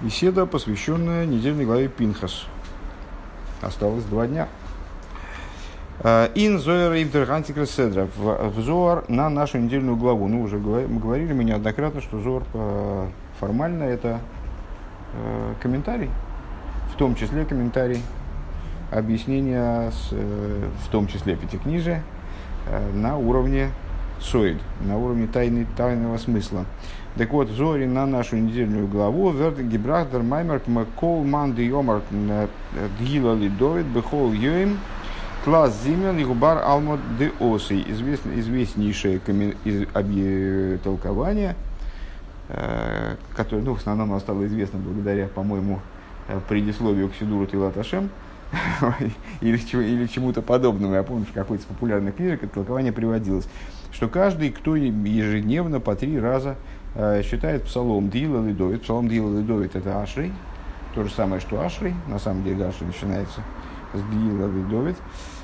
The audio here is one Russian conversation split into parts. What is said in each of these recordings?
Беседа, посвященная недельной главе Пинхас. Осталось 2 дня. Ин Зоэр Ивдер Антикрес Седра. В Зоар на нашу недельную главу. Ну, уже мы говорили неоднократно, что Зоар формально это комментарий, в том числе комментарий объяснения, в том числе пятикнижия, на уровне соид, на уровне тайного смысла. Так вот, в Зоре на нашу недельную главу «Верден гибрахдер маймер кол ман ди йомар дгила лидовит бехол йоим класс зимен и губар алмот де оси». Известнейшее толкование, которое, в основном стало известно благодаря, по-моему, предисловию к Сидуру Тилат Ашем или чему-то подобному. Я помню, в какой-то из популярных книжек это толкование приводилось, что каждый, кто ежедневно по 3 раза считает псалом Дила Лидовит. Псалом Дила Лидовит — это Ашрей, то же самое, что Ашрей. На самом деле Ашрей начинается с Дила Лидовит.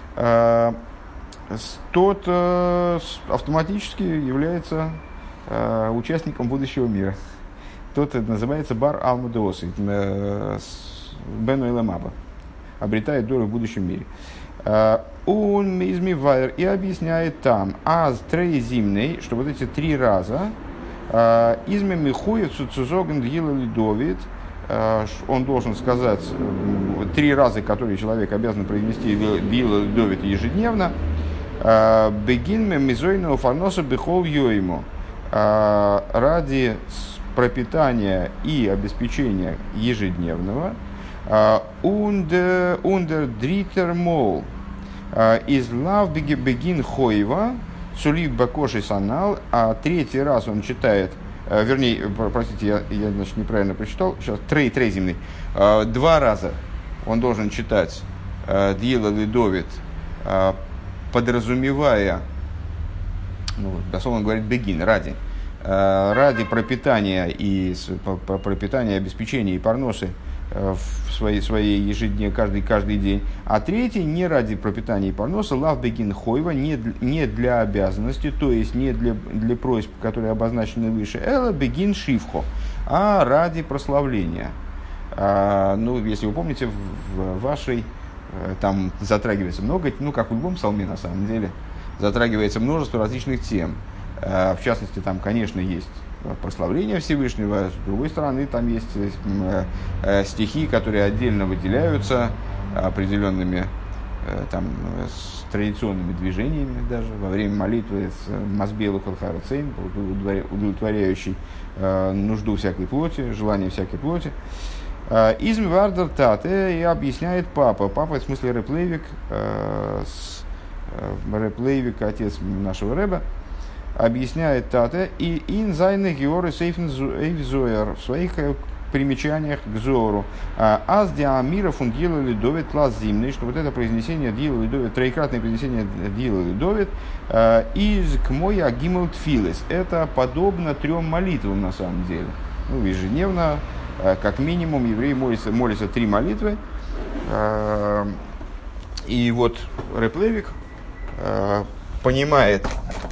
Тот автоматически является участником будущего мира. Тот называется Бар Алмудеоси, Бену Эламаба, обретает долю в будущем мире. Он измивайр и объясняет там аз трей зимней, что вот эти 3 раза изме михуев цуцузоген дгила лидовит, он должен сказать 3 раза, которые человек обязан произнести дгила лидовит ежедневно, бегин мизойного фарноса бехол йоиму, ради пропитания и обеспечения ежедневного, ундер дритер мол из лав бегин хойва сулив бакоши санал, а 3-й раз он читает, простите, я значит, неправильно прочитал, сейчас трей земный, 2 раза он должен читать Дьила Лидовит, подразумевая, дословно говорит бегин, ради пропитания и обеспечения и парносы в своей ежедневной, каждый день, а 3-й не ради пропитания и парноса, лав бегин хойва, не для обязанности, то есть не для просьб, которые обозначены выше, эла бегин шивхо, а ради прославления. Если вы помните, в вашей там затрагивается много, как в любом псалме на самом деле, затрагивается множество различных тем. В частности, там, конечно, есть прославление Всевышнего, с другой стороны, там есть стихи, которые отдельно выделяются определенными с традиционными движениями даже во время молитвы с Мазбелу Халхарацейн, удовлетворяющий нужду всякой плоти, желание всякой плоти. Изм Вардер Тате, и объясняет папа, в смысле Реб Лейвик, отец нашего Реба, объясняет Тате, и ин зайны георы сейфен зоер в своих примечаниях к Зору. Аз диамира фун дила лидовит лаз зимный, что вот это произнесение дила лидовит, 3-кратное произнесение дила лидовит, из к мой агимл тфилес. Это подобно 3 молитвам на самом деле. Ежедневно, как минимум, евреи молятся 3 молитвы. И вот Реб Лейвик понимает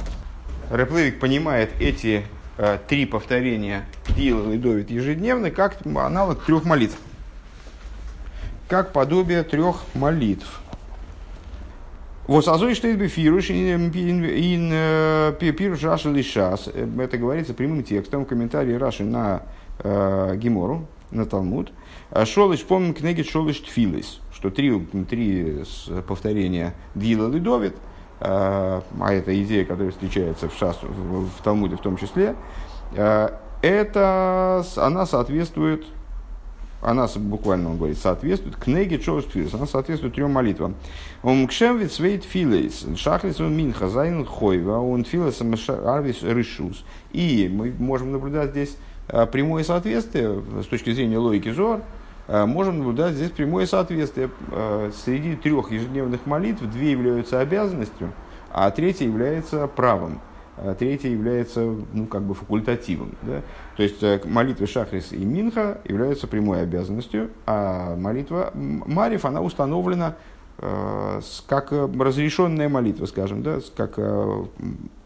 эти 3 повторения Дила Лидовит ежедневно как аналог 3 молитв, как подобие 3 молитв. Восазой штейт бифируш ин пируш Раши лишас. Это говорится прямым текстом в комментарии Раши на Гемору, на Талмуд. Шолыш, помним, книги Шолыш Тфилис, что 3 повторения Дила Лидовит, а это идея, которая встречается в Талмуде в том числе, она соответствует, буквально он говорит, соответствует книге Шолыш Тфилис, она соответствует 3 молитвам. Мкшем вит свейт филис, шахлис минха зайн хойва, он филис арвис решус. И мы можем наблюдать здесь прямое соответствие, с точки зрения логики Зоар, можем наблюдать здесь прямое соответствие. Среди 3 ежедневных молитв 2 являются обязанностью, а 3 является правом, а 3 является факультативом. Да? То есть молитвы Шахрис и Минха являются прямой обязанностью, а молитва Мариф, она установлена как разрешенная молитва, скажем, да? Как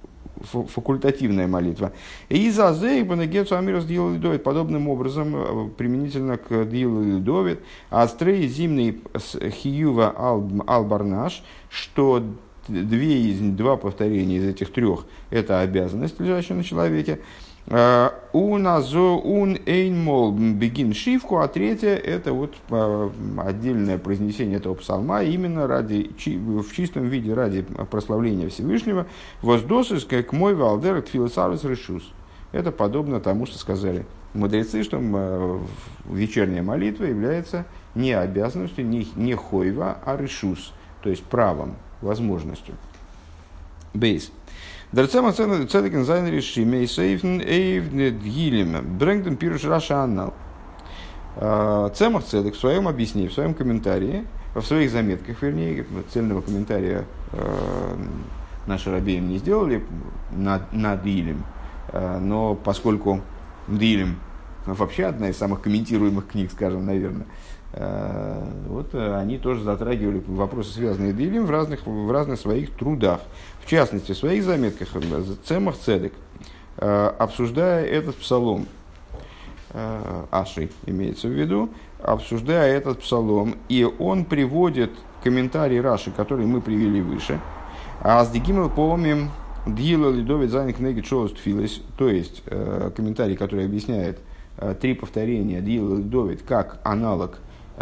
факультативная молитва. И за зейх банагецу амирос дьюл лидовит, подобным образом, применительно к дьюл лидовит, астрей зимний хиюва албарнаш, что два повторения из этих трех – это обязанность, лежащая на человеке. Un эйн мол бегин шивку, а третье – это вот отдельное произнесение этого псалма именно в чистом виде ради прославления Всевышнего. Воздосыс как мой валдер тфилосарус решус. Это подобно тому, что сказали мудрецы, что вечерняя молитва является не обязанностью, не хойва, а решус, то есть правом, возможностью. Бейс. Дарцема цедекен зайн решиме и сейфн эйвнет гилем брэнгден пируш раша аннал. Цемах Цедек в своем объяснении, в своем комментарии, в своих заметках, вернее, цельного комментария наши рабеям не сделали над Дилем, но поскольку Дилем вообще одна из самых комментируемых книг, скажем, наверное, вот они тоже затрагивали вопросы, связанные с Дилем, в разных своих трудах. В частности, в своих заметках Цемах Цедек, обсуждая этот псалом, Аши имеется в виду, обсуждая этот псалом, и он приводит комментарий Раши, который мы привели выше, а с Дигимел помним Дьила Лидовит Зайник Негит Шоуст Филес, то есть комментарий, который объясняет три повторения Дьила Лидовит как аналог,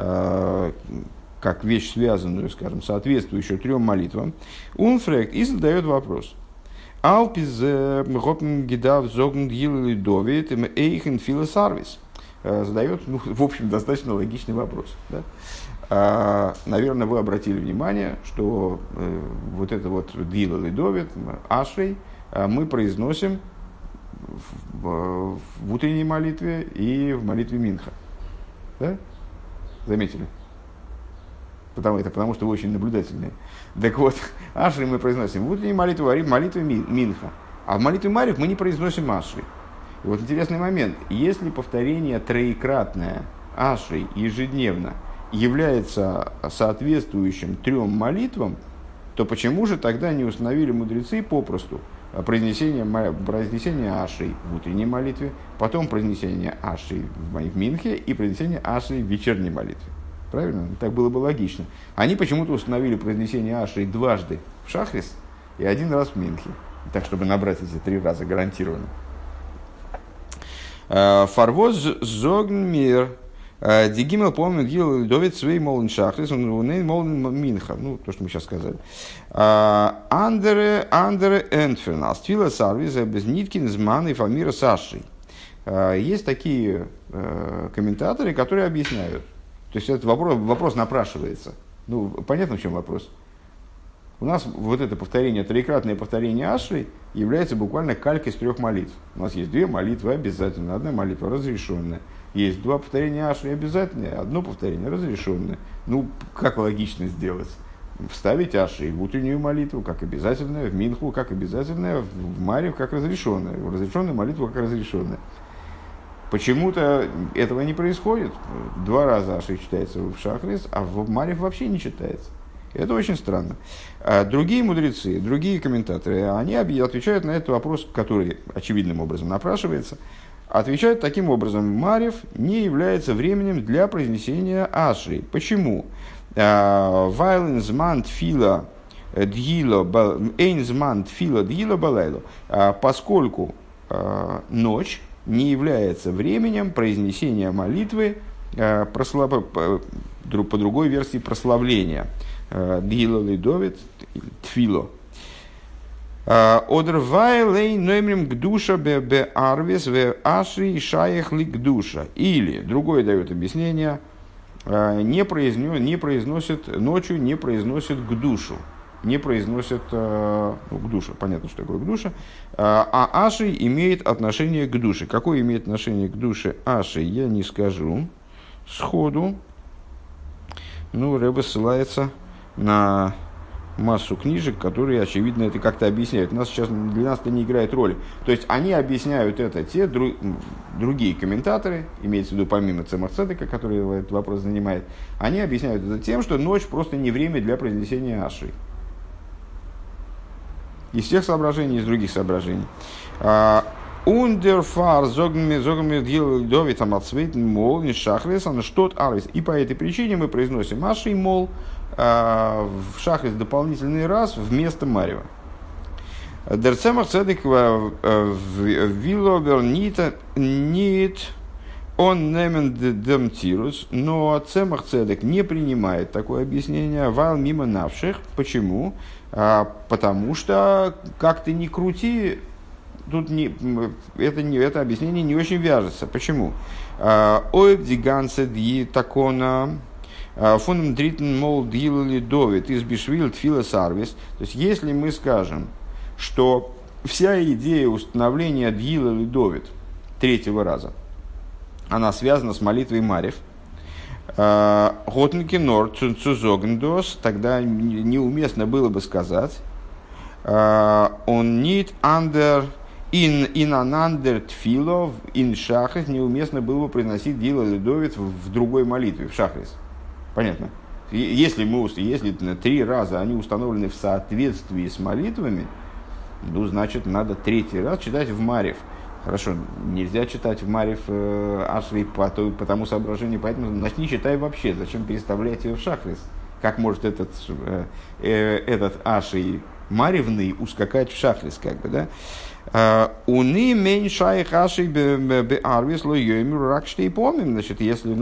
как вещь связанную, скажем, соответствующую трем молитвам, Унфрект и задает вопрос. Алпиз Гопн Гидав Зогн Дьила Лидовит Эйхен Филосарвис. Задает, в общем, достаточно логичный вопрос. Да? Наверное, вы обратили внимание, что вот это вот Дьила Лидовит, Ашей, мы произносим в утренней молитве и в молитве Минха. Да? Заметили? Потому что вы очень наблюдательные. Так вот, Ашри мы произносим в утренней молитве, в молитве Минха. А в молитве Марьев мы не произносим Ашри. И вот интересный момент. Если повторение троекратное Ашри ежедневно является соответствующим трем молитвам, то почему же тогда не установили мудрецы попросту произнесение Ашри в утренней молитве, потом произнесение Ашри в Минхе и произнесение Ашри в вечерней молитве? Правильно? Так было бы логично. Они почему-то установили произнесение Ашри дважды в Шахрис и один раз в Минхе. Так, чтобы набрать эти 3 раза гарантированно. Фарвоз зогнмир дигимел помнит гил довид свей молн Шахрис, он молн Минха. Ну, то, что мы сейчас сказали. Андере энфернас твила сарвиза без ниткин зман и фамира сашей. Есть такие комментаторы, которые объясняют. То есть этот вопрос напрашивается. Ну, понятно, в чем вопрос. У нас вот это повторение, троекратное повторение Ашри является буквально калькой из 3 молитв. У нас есть 2 молитвы обязательно, 1 молитва разрешенная. Есть 2 повторения Ашри обязательные, 1 повторение разрешенное. Ну, как логично сделать? Вставить Ашри в утреннюю молитву как обязательное, в Минху как обязательное, в Марьев как разрешенное, в разрешенную молитву как разрешенное. Почему-то этого не происходит. 2 раза Ашри читается в Шахрис, а в Марьев вообще не читается. Это очень странно. Другие мудрецы, другие комментаторы, они отвечают на этот вопрос, который очевидным образом напрашивается. Отвечают таким образом: Марьев не является временем для произнесения Ашри. Почему? Вайлензман тфила дьило балайло. Поскольку ночь не является временем произнесения молитвы по другой версии прославления. Дьило лидовит тфило. Одервайлей ноймрим гдуша бе арвис ве ашри шаях ли гдуша. Или, другое дает объяснение, не произносит ночью, не произносит гдушу. Не произносит гдуша, понятно, что такое гдуша, а Аши имеет отношение к душе. Какое имеет отношение к душе Аши, я не скажу сходу. Ну, Ребе ссылается на массу книжек, которые, очевидно, это как-то объясняют. Для нас это не играет роли. То есть, они объясняют это те другие комментаторы, имеется в виду помимо Цемах Цедека, который этот вопрос занимает, они объясняют это тем, что ночь просто не время для произнесения Аши. Из всех соображений, из других соображений. Ундерфар зогмир Довид амацвейтен мол не шахрис, а штот арвис. И по этой причине мы произносим аши мол в шахрис дополнительный раз вместо марева. Дерцемах цедек виловер нит он немен демтирус, но цемах цедек не принимает такое объяснение вал мимо навших. Почему? Потому что, как ты ни крути, тут это объяснение не очень вяжется. Почему? Ойб дигансе ди такона фоном дритн мол дилли довид из бишвилд филосарвис. То есть, если мы скажем, что вся идея установления дилли довид третьего раза, она связана с молитвой Марев, Готнкинор цузогндос, тогда неуместно было бы сказать, он нит андер ин анандер тфилов ин шахрис, неуместно было бы произносить дила ледовит в другой молитве, в шахрис. Понятно? Если 3 раза они установлены в соответствии с молитвами, ну, значит, надо 3-й раз читать в Марев. Хорошо, нельзя читать в Марев Ашри по тому соображению, поэтому начни читай вообще. Зачем переставлять его в Шахрис? Как может этот Ашри Маревный ускакать в Шахрис, как бы, да? Уны меньшай Ашри бе Арвис ло йомир ракштей помним. Значит, если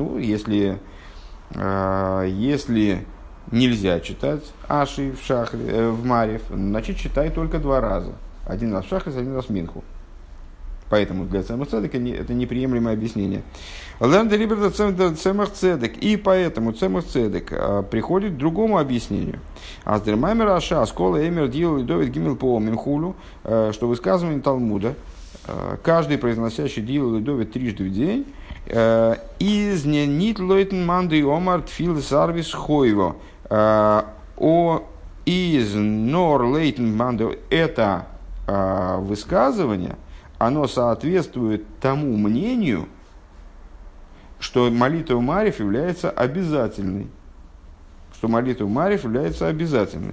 нельзя читать Ашри в Марев, значит, читай только 2 раза. 1 раз в Шахрис, 1 раз в Минху. Поэтому для цемах цедека это неприемлемое объяснение. Цемах цедек. И поэтому цемах цедек приходит к другому объяснению. Аздермаймер аша скола эмер дил довид гимел по минхулю, что высказывание Талмуда, каждый произносящий дил довид 3 в день, из нит лойтен манды омар тфил сарвис хойво, из нор лейтен манды, это высказывание, оно соответствует тому мнению, что молитва Марев является обязательной. Что молитва Марев является обязательной.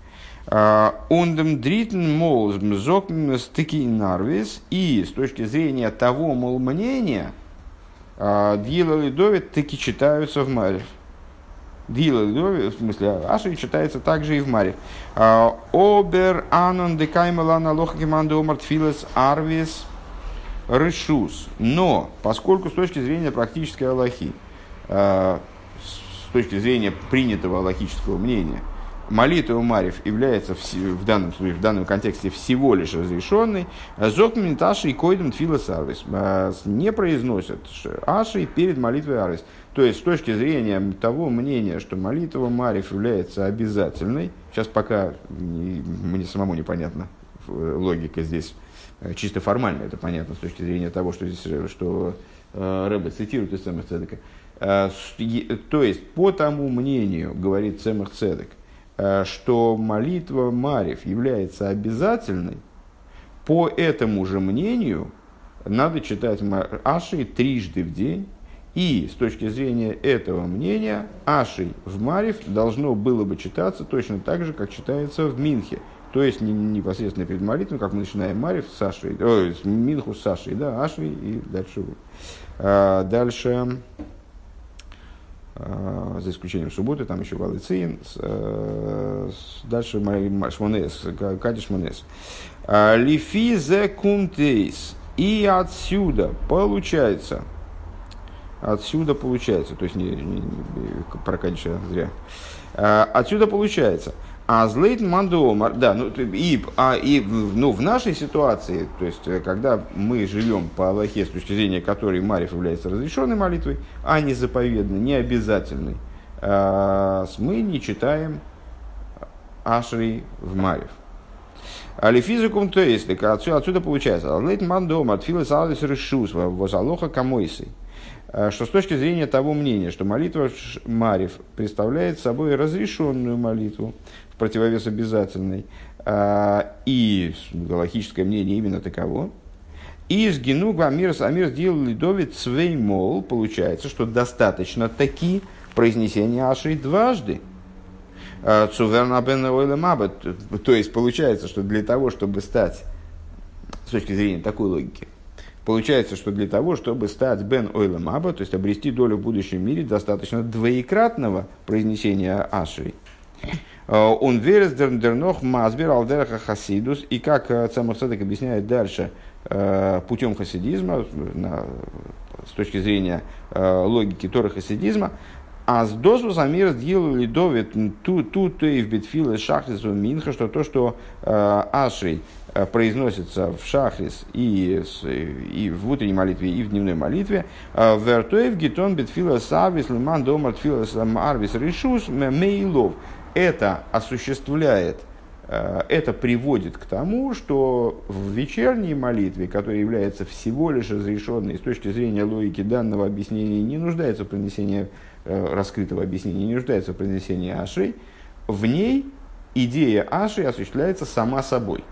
Ондем дритн мол зокн стыки нарвис. И с точки зрения того, мол, мнения, дьила лидовит таки читаются в Марев. Дила лидовит, в смысле, Ашри читается также и в Марев. Обер анон декаймела на лохакиманду омарт филес арвис решус. Но, поскольку с точки зрения практической алахи, с точки зрения принятого алахического мнения, молитва Марев является в данном случае, в данном контексте всего лишь разрешенной, зокмин аши и койдем тфилес арвис, не произносят аши перед молитвой арвис. То есть, с точки зрения того мнения, что молитва Марев является обязательной, сейчас пока мне самому непонятна логика здесь, чисто формально это понятно, с точки зрения того, что здесь, что Ребе цитирует из Цемах Цедека. То есть, по тому мнению, говорит Цемах Цедек, что молитва Марев является обязательной, по этому же мнению надо читать Аши 3 в день. И с точки зрения этого мнения, Аши в Марев должно было бы читаться точно так же, как читается в Минхе. То есть непосредственно перед молитвой, как мы начинаем Марев с Аши, с Минху с Аши, да, Аши и дальше. Дальше, за исключением субботы, там еще Валыцин, дальше Шмонес, Кадиш Шмонес. Лифи зе кумтейс. И отсюда получается, то есть про Кадиша зря. Отсюда получается, Азлейт Мандуомар, да, в нашей ситуации, то есть когда мы живем по Аллахе, с точки зрения которой Марев является разрешенной молитвой, а не заповедной, не обязательной, мы не читаем Ашри в Марев. Алифизикум то есть, отсюда получается, Азлейт Мандуомар, Тфилес Алис Решус, Возалоха Камойсы. Что с точки зрения того мнения, что молитва Марев представляет собой разрешенную молитву в противовес обязательной, и галахическое мнение именно таково, и из Генуга Амир сделал лидовит свеймол, получается, что достаточно таки произнесения Ашри 2. Цуверна бен ойлем аба. То есть получается, что для того, чтобы стать, с точки зрения такой логики, получается, что для того, чтобы стать бен ойлем аба, то есть обрести долю в будущем мире, достаточно двоекратного произнесения ашри. Он верит дернох мазбер алдераха хасидус, и как Цемах Цедек объясняет дальше путем хасидизма, с точки зрения логики Торы хасидизма, а с досвус амир сделали довид тут и в битфиле шахрис минха, что то, что ашри произносится в шахрис и в утренней молитве, и в дневной молитве, вертоев гитон битфила сарвис лиман домар тфила арвис решус мейлов. Это осуществляет, это приводит к тому, что в вечерней молитве, которая является всего лишь разрешенной с точки зрения логики данного объяснения, не нуждается в произнесении раскрытого объяснения, не нуждается в произнесении ашей, в ней идея ашей осуществляется сама собой.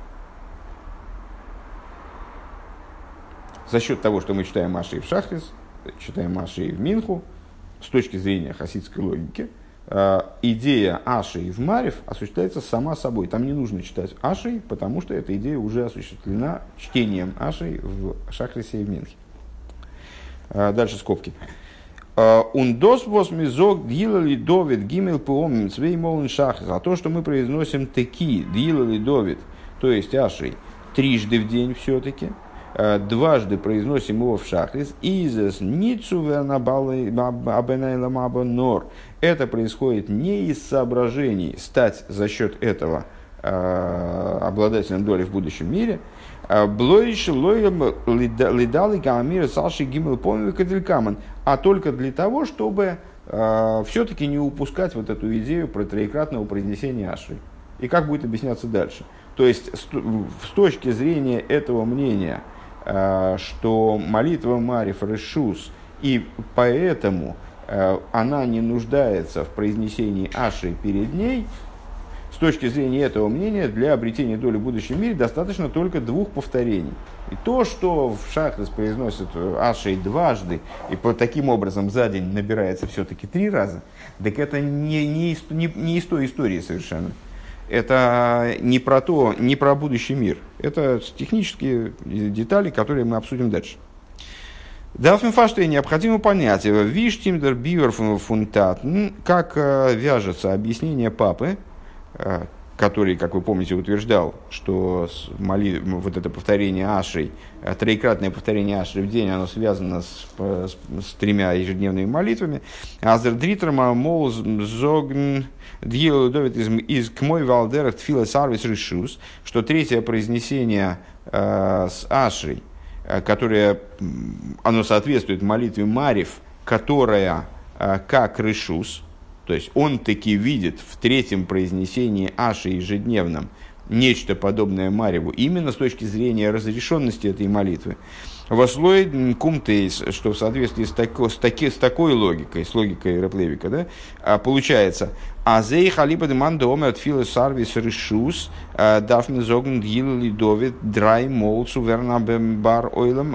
За счет того, что мы читаем ашей в шахрис, читаем ашей в минху, с точки зрения хасидской логики, идея ашей в марев осуществляется сама собой. Там не нужно читать ашей, потому что эта идея уже осуществлена чтением ашей в шахрисе и в минхе. Дальше скобки. Ундос восмизок дилали довид гимел поомим цвей молн шахрис. А то, что мы произносим таки дилали довид, то есть ашей, трижды в день все-таки, дважды произносим его в шахрис, изес ницу нор. Это происходит не из соображений стать за счет этого обладателем доли в будущем мире, а только для того, чтобы все-таки не упускать вот эту идею про троекратного произнесения ашри. И как будет объясняться дальше. То есть, с точки зрения этого мнения, что молитва Мариф решус, и поэтому она не нуждается в произнесении аши перед ней, с точки зрения этого мнения, для обретения доли в будущем мире достаточно только двух повторений. И то, что в шахрис произносят ашей дважды, и таким образом за день набирается все-таки 3 раза, так это не из той истории совершенно. Это не про то, не про будущий мир. Это технические детали, которые мы обсудим дальше. Далфинфаштей необходимо понять, виштимдер бивер фунтатн, как вяжется объяснение папы, который, как вы помните, утверждал, что вот это повторение ашей, троекратное повторение ашей в день, оно связано с 3 ежедневными молитвами. Азер дритерма мол зогн дьелудовит из кмой валдера тфила сарвис решус, что третье произнесение с ашей, которое оно соответствует молитве Марев, которая как решус, то есть он таки видит в третьем произнесении аши ежедневном нечто подобное Мареву, именно с точки зрения разрешенности этой молитвы. Вослой кумтейс, что в соответствии с такой логикой, с логикой Реб Левика, да, получается, азей халипа деман доомер тфила сарвис решус дафн зогн дьилли довид драй молцу верна бар ойлем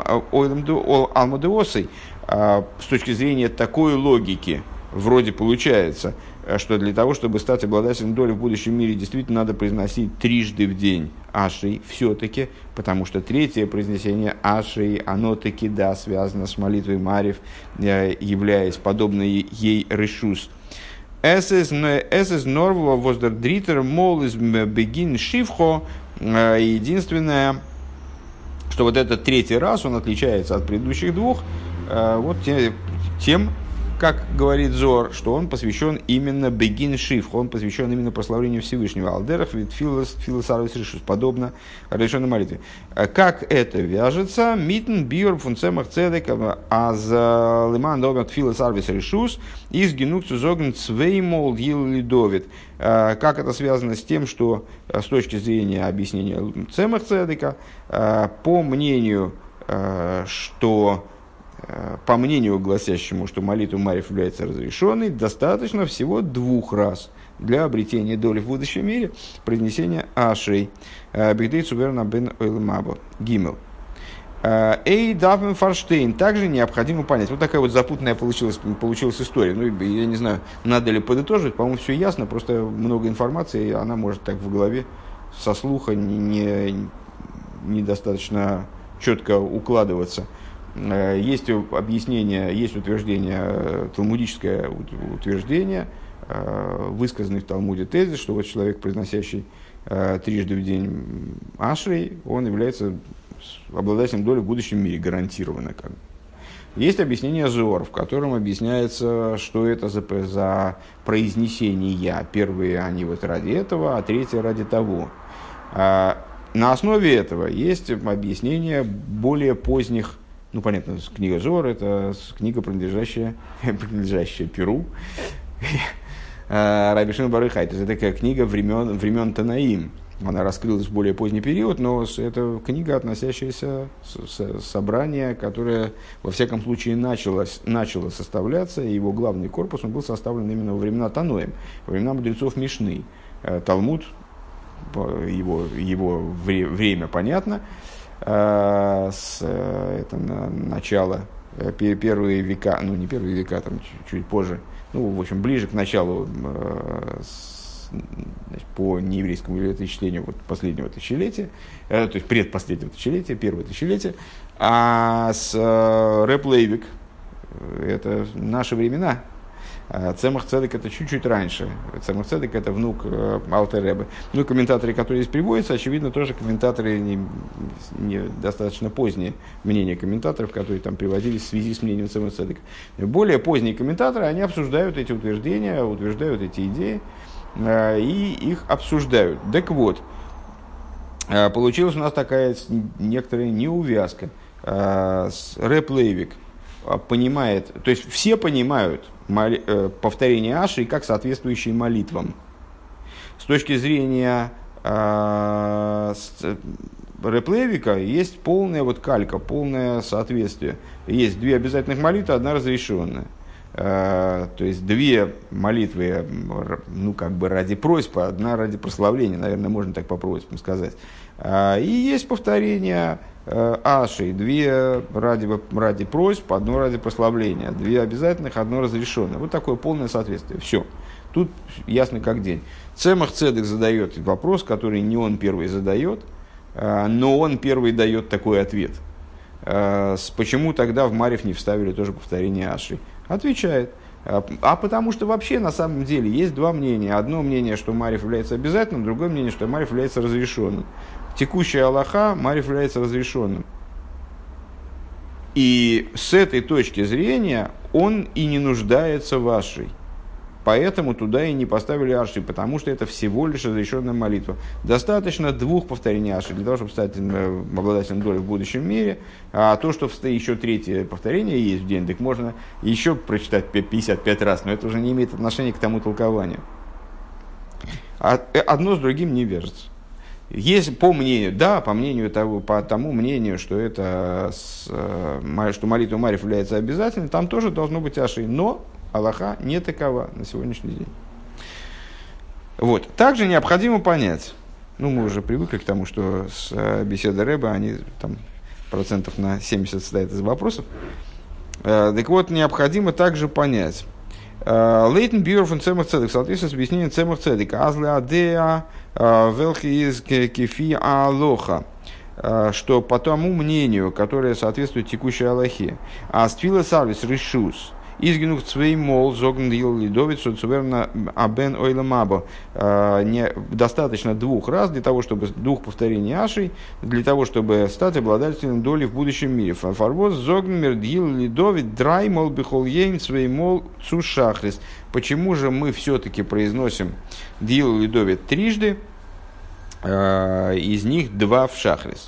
алмодеосой. С точки зрения такой логики, вроде получается, что для того, чтобы стать обладателем доли в будущем мире, действительно надо произносить трижды в день ашей все-таки, потому что третье произнесение ашей, оно таки, да, связано с молитвой Марев, являясь подобной ей решус. Эсэс норвова воздердритер мол из бегин шивхо. Единственное, что вот этот третий раз, он отличается от предыдущих двух, вот тем, как говорит Зор, что он посвящен именно Бегин Шиф, он посвящен именно прославлению Всевышнего. Алдерах ведь филосарвис решус, подобно разрешенной молитве. Как это вяжется? Митн биор фунцемах цедек аз лиман добят филосарвис решус из генукцу зогн цвеймол лидовит. Как это связано с тем, что с точки зрения объяснения цемах цедека, по мнению гласящему, что молитва Марев является разрешенной, достаточно всего 2 раз для обретения доли в будущем мире произнесения ашей. Бигдей цуверна бен ойлмабо гимел. Эй, Даффен Форштейн, также необходимо понять. Вот такая вот запутанная получилась история. Ну, я не знаю, надо ли подытожить, по-моему, все ясно, просто много информации, она может так в голове со слуха недостаточно четко укладываться. Есть объяснение, есть утверждение, талмудическое утверждение, высказанный в Талмуде тезис, что вот человек, произносящий трижды в день ашрей, он является обладателем доли в будущем мире, гарантированно. Как бы. Есть объяснение Зоар, в котором объясняется, что это за произнесения. Первые они вот ради этого, а третье ради того. На основе этого есть объяснение более поздних, ну понятно, книга Зоар, это книга, принадлежащая Перу, Раби Шимон бар Йохай. То есть это такая книга времен Танаим. Она раскрылась в более поздний период, но это книга, относящаяся с собрания, которое, во всяком случае, начало составляться, и его главный корпус он был составлен именно во времена Таноим, во времена мудрецов Мишны. Талмуд, его время понятно, это начало, первые века, ну не первые века, там чуть позже, ну, в общем, ближе к началу, по нееврейскому летоисчислению вот последнего тысячелетия, то есть предпоследнего тысячелетия, первого тысячелетия, а с Реб Лейвик, это наши времена, Цемах Цедек это чуть-чуть раньше, Цемах Цедек это внук Алтер Ребе. Ну, комментаторы, которые здесь приводятся, очевидно, тоже комментаторы не достаточно поздние мнения комментаторов, которые там приводились в связи с мнением Цемах Цедека. Более поздние комментаторы, они обсуждают эти утверждения, утверждают эти идеи, и их обсуждают. Так вот, получилась у нас такая некоторая неувязка. Реб Лейвик понимает, то есть все понимают повторение Аши как соответствующие молитвам. С точки зрения Реб Лейвика есть полная вот калька, полное соответствие. Есть две обязательных молитвы, одна разрешенная. То есть две молитвы, ну, как бы ради просьбы, одна ради прославления, наверное, можно так по просьбам сказать. И есть повторение Аши, две ради просьб, одно ради прославления, две обязательных, одно разрешенное. Вот такое полное соответствие. Все. Тут ясно как день. Цемах Цедек задает вопрос, который не он первый задает, но он первый дает такой ответ. Почему тогда в Марев не вставили тоже повторение Аши? Отвечает. А потому что вообще на самом деле есть два мнения. Одно мнение, что Марев является обязательным, другое мнение, что Марев является разрешенным. Текущая Алаха Марев является разрешенным. И с этой точки зрения он и не нуждается в Аши. Поэтому туда и не поставили Аши, потому что это всего лишь разрешенная молитва. Достаточно двух повторений Аши для того, чтобы стать обладателем доли в будущем мире. А то, что еще третье повторение есть в день, так можно еще прочитать 55 раз, но это уже не имеет отношения к тому толкованию. Одно с другим не вяжется. Есть по тому мнению, что это что молитва Марев является обязательной, там тоже должно быть Аши, но Алаха не такова на сегодняшний день. Вот. Также необходимо понять, ну, мы уже привыкли к тому, что с беседы Рэба, они там процентов на 70 состоят из вопросов. Так вот, необходимо также понять. Лейтен Бюро фон Цемах Цедек, в соответствии с объяснением Цемах Цедека, Азле Адеа Велхи из Кефи Алоха, что по тому мнению, которое соответствует текущей Аллахе, Астфила Сарвис Решус, изгинув цвей мол, зогн дил лидовит, соцуверна абен ойламабо. Достаточно двух раз для того, чтобы двух повторений Ашей, для того, чтобы стать обладателем доли в будущем мире. Фарвоз зогн мердил лидовит драй мол бихол ейн цвей мол цушахрис. Почему же мы все-таки произносим дил лидовит трижды, из них два в шахрис?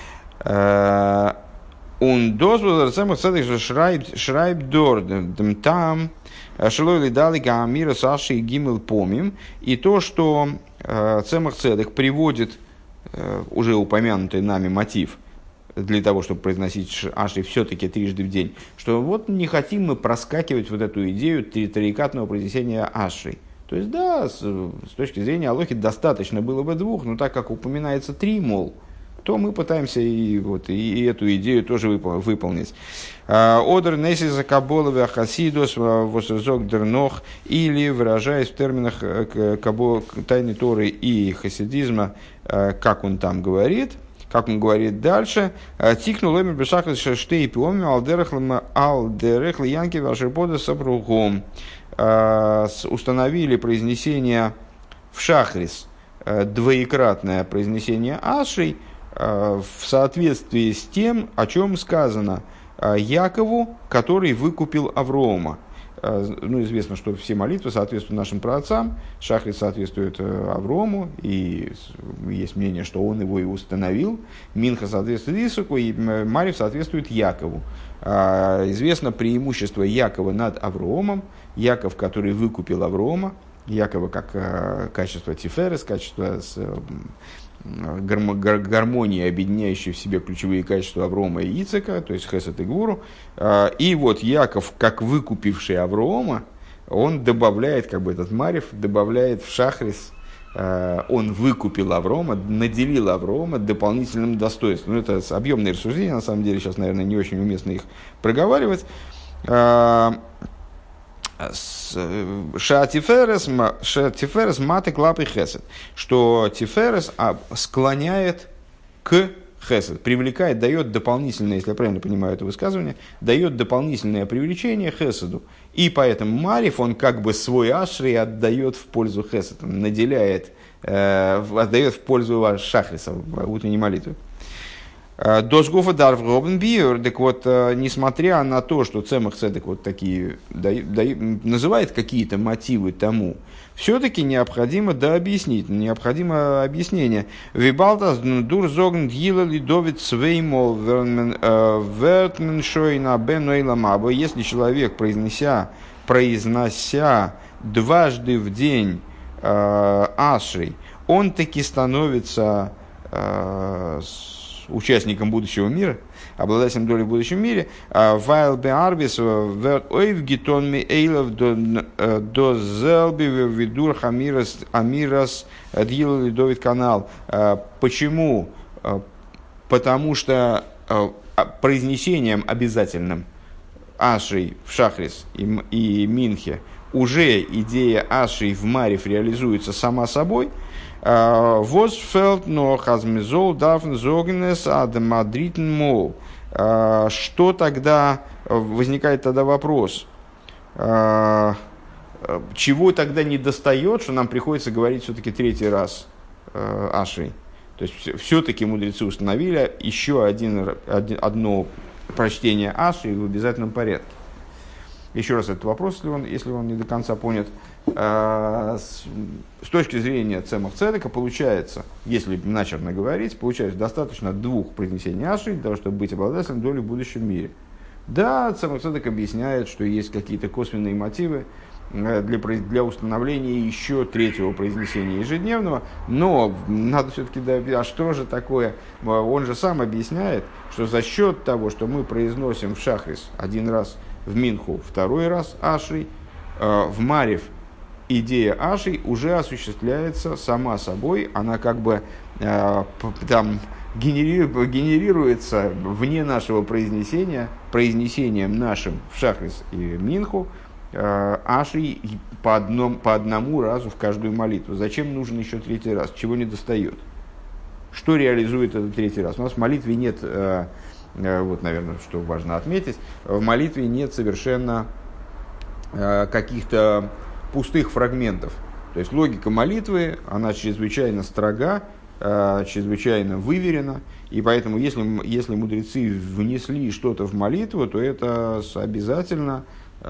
Он дозвол Цемах Цедек шрайб дор там шелой лидали гаамира саши и гимел помим. И то, что Цемах Цедек приводит уже упомянутый нами мотив для того, чтобы произносить Аши все-таки трижды в день, что вот не хотим мы проскакивать вот эту идею трикратного произнесения Аши. То есть, да, с точки зрения Алохи достаточно было бы двух, но так как упоминается три, мол, то мы пытаемся и эту идею тоже выполнить. Одер несиса каболове хасидос восозок дернох, или, выражаясь в терминах тайны Торы и хасидизма, как он там говорит, как он говорит дальше, тикнул эмер бешахрис штей пиоми алдерехл янки вашербода сабругом. Установили произнесение в шахрис, двоекратное произнесение ашей, в соответствии с тем, о чем сказано Якову, который выкупил Аврома. Известно, что все молитвы соответствуют нашим праотцам, шахрис соответствует Аврому, и есть мнение, что он его и установил, Минха соответствует Исаку, и Марив соответствует Якову. Известно преимущество Якова над Авромом, Яков, который выкупил Аврома, Якова как качество тиферес, качество гармонии, объединяющей в себе ключевые качества Аврома и Ицека, то есть Хесед и Гвуру. И вот Яков, как выкупивший Аврома, он добавляет, как бы этот Марев добавляет в шахрис, он выкупил Аврома, наделил Аврома дополнительным достоинством. Это объемные рассуждения, на самом деле, сейчас, наверное, не очень уместно их проговаривать. Тиферес маты клапы хесед, что Тиферес склоняет к хесед, привлекает, дает дополнительное, если я правильно понимаю это высказывание, дает дополнительное привлечение хеседу. И поэтому Мариф, он как бы свой ашри отдает в пользу хеседа, наделяет, отдает в пользу шахриса, утренней молитвы. Дошгофа дарв робен биор, так вот, несмотря на то, что Цемах Цедек вот такие называет какие-то мотивы тому, все-таки необходимо объяснить, необходимо объяснение. Вибалтас дур зогн дьила лидовит свеймол вертмен шойна бен ойламабо, если человек, произнося дважды в день ашрей, он таки становится участником будущего мира, обладателем доли в будущем мире, вайл бе арбис верт ойв гитон ми эйлов до зелби видур амирас дьил лидовит канал. Почему? Потому что произнесением обязательным ашей в шахрис и минхе уже идея ашей в мариф реализуется сама собой. Восфелд, но хазмизол, дафн, зогнес, адмадритн мол. Что тогда, возникает тогда вопрос, чего тогда не достает, что нам приходится говорить все-таки третий раз ашей? То есть, все-таки мудрецы установили еще одно прочтение ашей в обязательном порядке. Еще раз этот вопрос, если он не до конца понят. С точки зрения Цемах Цедека получается, если начерно говорить, получается достаточно двух произнесений аши для того, чтобы быть обладателем доли в будущем мире. Да, Цемах Цедек объясняет, что есть какие-то косвенные мотивы для установления еще третьего произнесения ежедневного, но надо все-таки а что же такое? Он же сам объясняет, что за счет того, что мы произносим в шахрис один раз, в минху второй раз ашей, в марев идея ашей уже осуществляется сама собой, она как бы там генерируется вне нашего произнесения, произнесением нашим в шахрис и минху, ашей по одному разу в каждую молитву. Зачем нужен еще третий раз? Чего не достает? Что реализует этот третий раз? У нас в молитве нет, вот, наверное, что важно отметить, в молитве нет совершенно каких-то пустых фрагментов. То есть логика молитвы, она чрезвычайно строга, чрезвычайно выверена, и поэтому если мудрецы внесли что-то в молитву, то это обязательно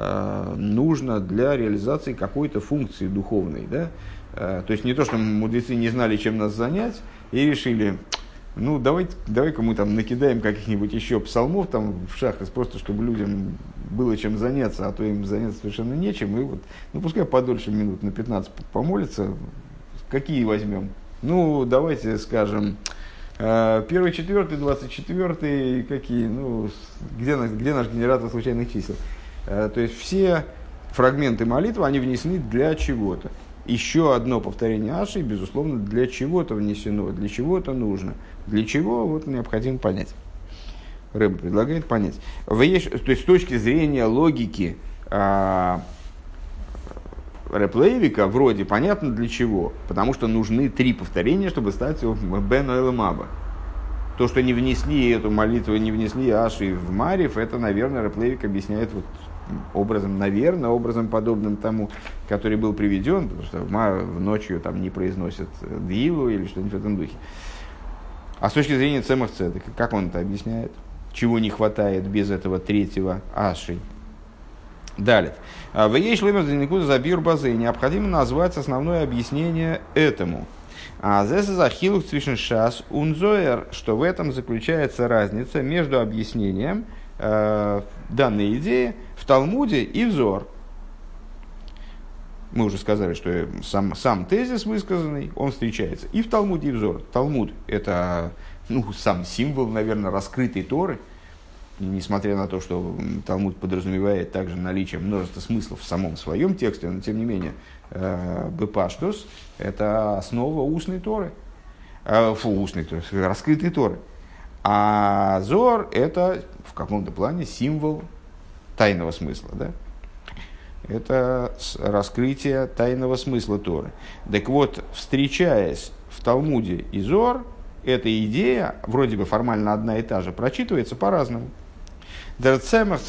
нужно для реализации какой-то функции духовной. Да? То есть не то, что мудрецы не знали, чем нас занять, и решили, ну давай-ка мы там накидаем каких-нибудь еще псалмов там в шахрис, просто чтобы людям было чем заняться, а то им заняться совершенно нечем, и вот, ну пускай подольше минут на 15 помолятся. Какие возьмем? Ну, давайте скажем, 1, 4, 24, какие, ну, где наш генератор случайных чисел? То есть все фрагменты молитвы, они внесены для чего-то. еще одно повторение Аши, безусловно, для чего-то внесено, для чего-то нужно. Для чего, вот необходимо понять. Рэбе предлагает понять. То есть, с точки зрения логики Реб Лейвика, вроде понятно для чего. Потому что нужны 3 повторения, чтобы стать Бен Оэлем Аба. То, что не внесли эту молитву, не внесли Аши в Марев, это, наверное, Реб Лейвик объясняет вот образом, наверное, образом подобным тому, который был приведен, потому что ночью там не произносят Дилу или что-нибудь в этом духе. А с точки зрения Цемах Цедека, как он это объясняет? Чего не хватает без этого 3-го Аши? Далее. В ей шлемер за забир базы необходимо назвать основное объяснение этому. А здесь захилух цвишен шас унзоер, что в этом заключается разница между объяснением данной идеи в Талмуде и в Зоар. Мы уже сказали, что сам тезис высказанный, он встречается и в Талмуде, и в Зоар. Талмуд – это сам символ, наверное, раскрытой Торы, несмотря на то, что Талмуд подразумевает также наличие множества смыслов в самом своем тексте, но тем не менее Бепаштус – это основа устной Торы, раскрытой Торы. А Зоар – это в каком-то плане символ тайного смысла, да? Это раскрытие тайного смысла Торы. Так вот, встречаясь в Талмуде и Зоар, эта идея, вроде бы формально одна и та же, прочитывается по-разному. Цемах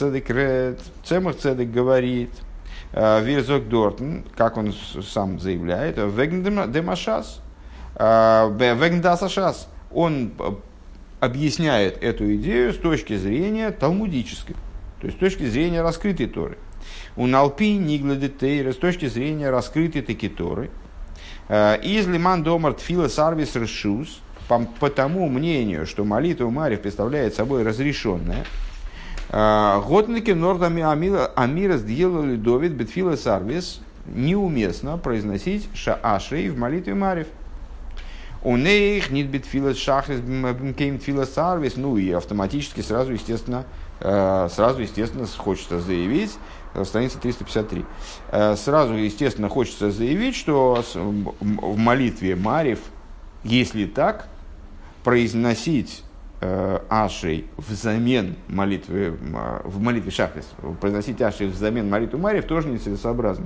Цедек говорит, Вирзок Дортен, как он сам заявляет, Вегндемашас, Вегндасашас, он объясняет эту идею с точки зрения талмудической, то есть с точки зрения раскрытой Торы. У Налпи Ниглады Тейра, с точки зрения раскрытой таки Торы. Из Лиман Домар Тфила Сарвис Решус, по тому мнению, что молитва Марьев представляет собой разрешенная. Готники Нордами Амира сделали Довид Бетфила Сарвис, неуместно произносить Шаашей в молитве Марьев. У них нет Бетфила Шахрис Бемкейм Тфила Сарвис, и автоматически сразу, естественно, хочется заявить, страница 353, сразу, естественно, хочется заявить, что в молитве Марьев, если так, произносить Ашей взамен молитвы, в молитве Шахрис, произносить Ашей взамен молитвы Марьев тоже нецелесообразно.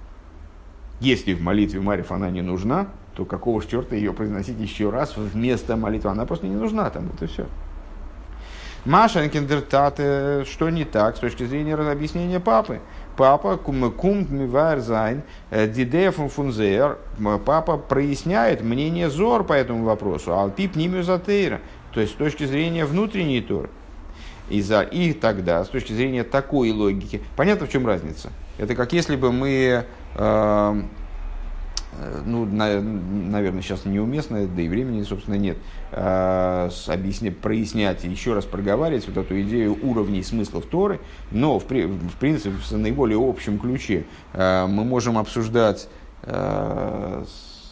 Если в молитве Марьев она не нужна, то какого ж черта ее произносить еще раз вместо молитвы? Она просто не нужна там, вот и все. Маша Кендертате, что не так с точки зрения объяснения папы? Папа кумт мивайр зайн дидея фунфунзеер. Папа проясняет мнение Зор по этому вопросу. Алпип нимюзатейра. То есть с точки зрения внутренней Торы. И тогда, с точки зрения такой логики, понятно, в чем разница? Это как если бы мы, наверное, сейчас неуместно, да и времени, собственно, нет, прояснять и еще раз проговаривать вот эту идею уровней смыслов Торы, но, в принципе, в наиболее общем ключе мы можем обсуждать, мы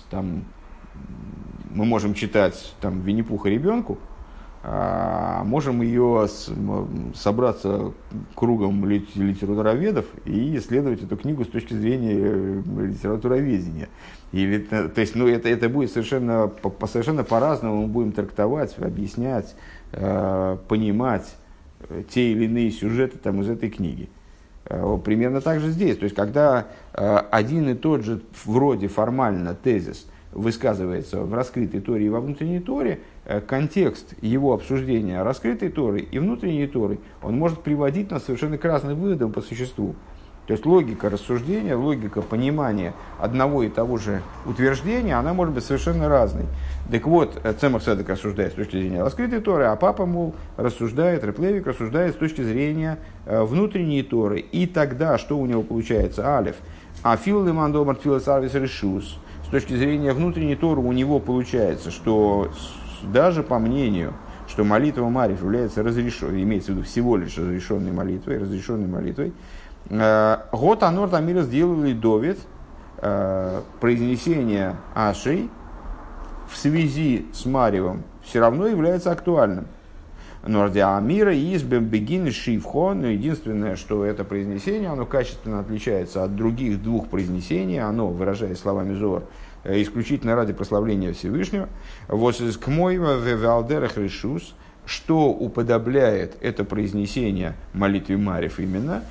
можем читать там Винни-Пуха ребенку, можем ее собраться кругом литературоведов и исследовать эту книгу с точки зрения литературоведения. То есть, это будет совершенно по-разному, мы будем трактовать, объяснять, понимать те или иные сюжеты там, из этой книги. Примерно так же здесь. То есть, когда один и тот же вроде формально тезис высказывается в раскрытой Торе и во внутренней Торе, контекст его обсуждения раскрытой Торы и внутренней Торы, он может приводить нас совершенно к разным выводам по существу. То есть логика рассуждения, логика понимания одного и того же утверждения, она может быть совершенно разной. Так вот, Цемах Цедек рассуждает с точки зрения раскрытой Торы, а папа, рассуждает, Реб Лейвик рассуждает с точки зрения внутренней Торы. И тогда, что у него получается? Алеф. А фил лиман домар тфила сарвис решус. С точки зрения внутренней Торы у него получается, что даже по мнению, что молитва Марьев является имеется в виду всего лишь разрешенной молитвой, год анор тамира сделали довид, произнесение Ашей в связи с Марьевом все равно является актуальным. Нордиамира из бегин шивхо, но единственное, что это произнесение, оно качественно отличается от других двух произнесений, оно, выражаясь словами Зоар, исключительно ради прославления Всевышнего. Вот из кмойва вевалдерах решус, что уподобляет это произнесение молитве Марев именно,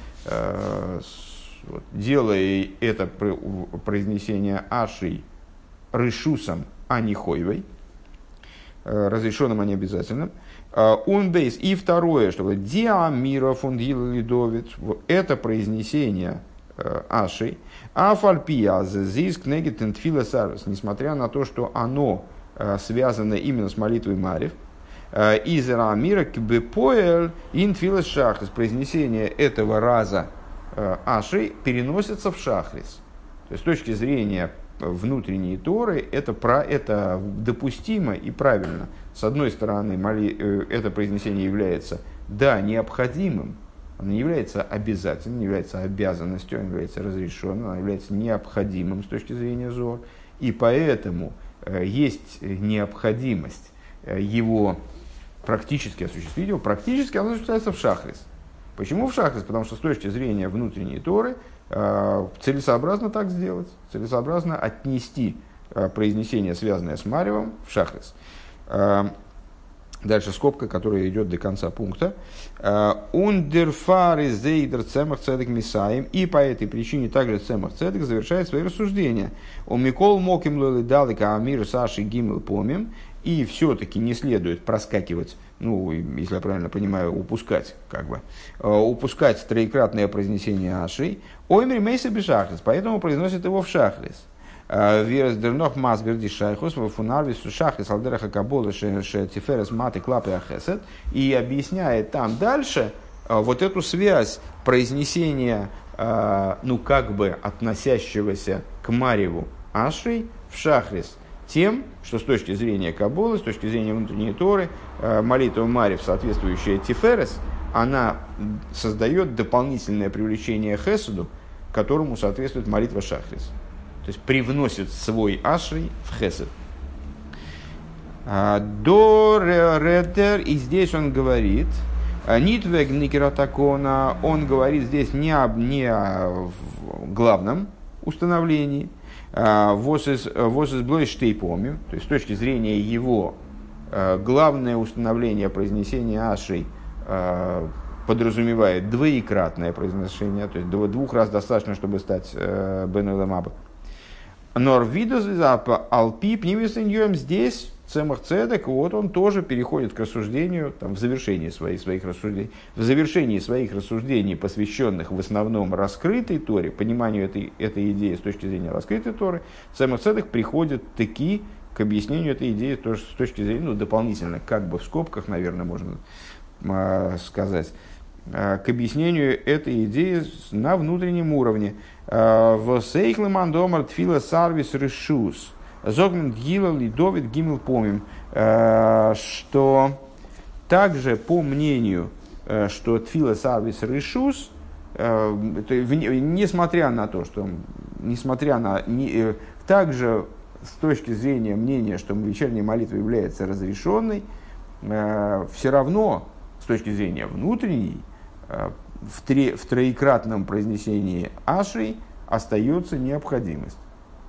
делая это произнесение Ашей решусом, а не хойвой, разрешенным, а не обязательным. Унбейс. И второе, что диамира фундилидовит, это произнесение Ашей, афальпия зиск негитен тфиласарус, несмотря на то, что оно связано именно с молитвой Марев, изера амира кбепоэль интфилас шахрис, произнесение этого раза Ашей переносится в шахрис. То есть с точки зрения внутренней Торы это допустимо и правильно. С одной стороны, это произнесение является, необходимым, оно не является обязательным, не является обязанностью, оно является разрешенным, оно является необходимым с точки зрения Зоар. И поэтому есть необходимость его практически осуществить, практически оно осуществляется в шахрис. Почему в шахрис? Потому что с точки зрения внутренней Торы целесообразно так сделать, целесообразно отнести произнесение, связанное с Маревом, в шахрис. Дальше скобка, которая идет до конца пункта. Ундерфари зейдер цемах цедек мисаем. И по этой причине также цемах цедек завершает свои рассуждения. У Микол моким лоли далека амир саши гимел помим. И все-таки не следует проскакивать, если я правильно понимаю, упускать троекратное произнесение Ашей. Оймер мейса бешахрис, поэтому произносит его в шахрис. Вирус дернох масберди шайхус фунарвису шахрис алдераха кабола тиферес маты клапы ахесет. И объясняет там дальше вот эту связь произнесения, относящегося к Мареву Ашей в шахрис, тем, что с точки зрения Каббалы, с точки зрения внутренней Торы, молитва Марев, соответствующая Тиферес, она создает дополнительное привлечение Хеседу, которому соответствует молитва Шахрис. То есть привносит свой Ашри в Хесед. До Редер, и здесь он говорит, Нитвег Никератакона, он говорит здесь не о главном установлении, «Вос из блой штейпоми», то есть с точки зрения его главное установление произнесения Ашей подразумевает двоекратное произношение, то есть двух раз достаточно, чтобы стать Бен Эламаба. Норвидус алпи пнимисеньем, здесь Цемах Цедек, вот он тоже переходит к рассуждению, в завершении своих рассуждений, посвященных в основном раскрытой Торе, пониманию этой идеи с точки зрения раскрытой Торы, Цемах Цедек приходит таки к объяснению этой идеи тоже с точки зрения, дополнительно, в скобках, наверное, можно сказать, к объяснению этой идеи на внутреннем уровне. В Сейхле Мандомар Тфила Сарвис Решус. Зогмент Гилал и Довид Гимел помним, что также по мнению, что Тфила Сарвис Решус, несмотря на то, что также с точки зрения мнения, что вечерняя молитва является разрешенной, все равно с точки зрения внутренней, в троекратном произнесении Ашей остается необходимость.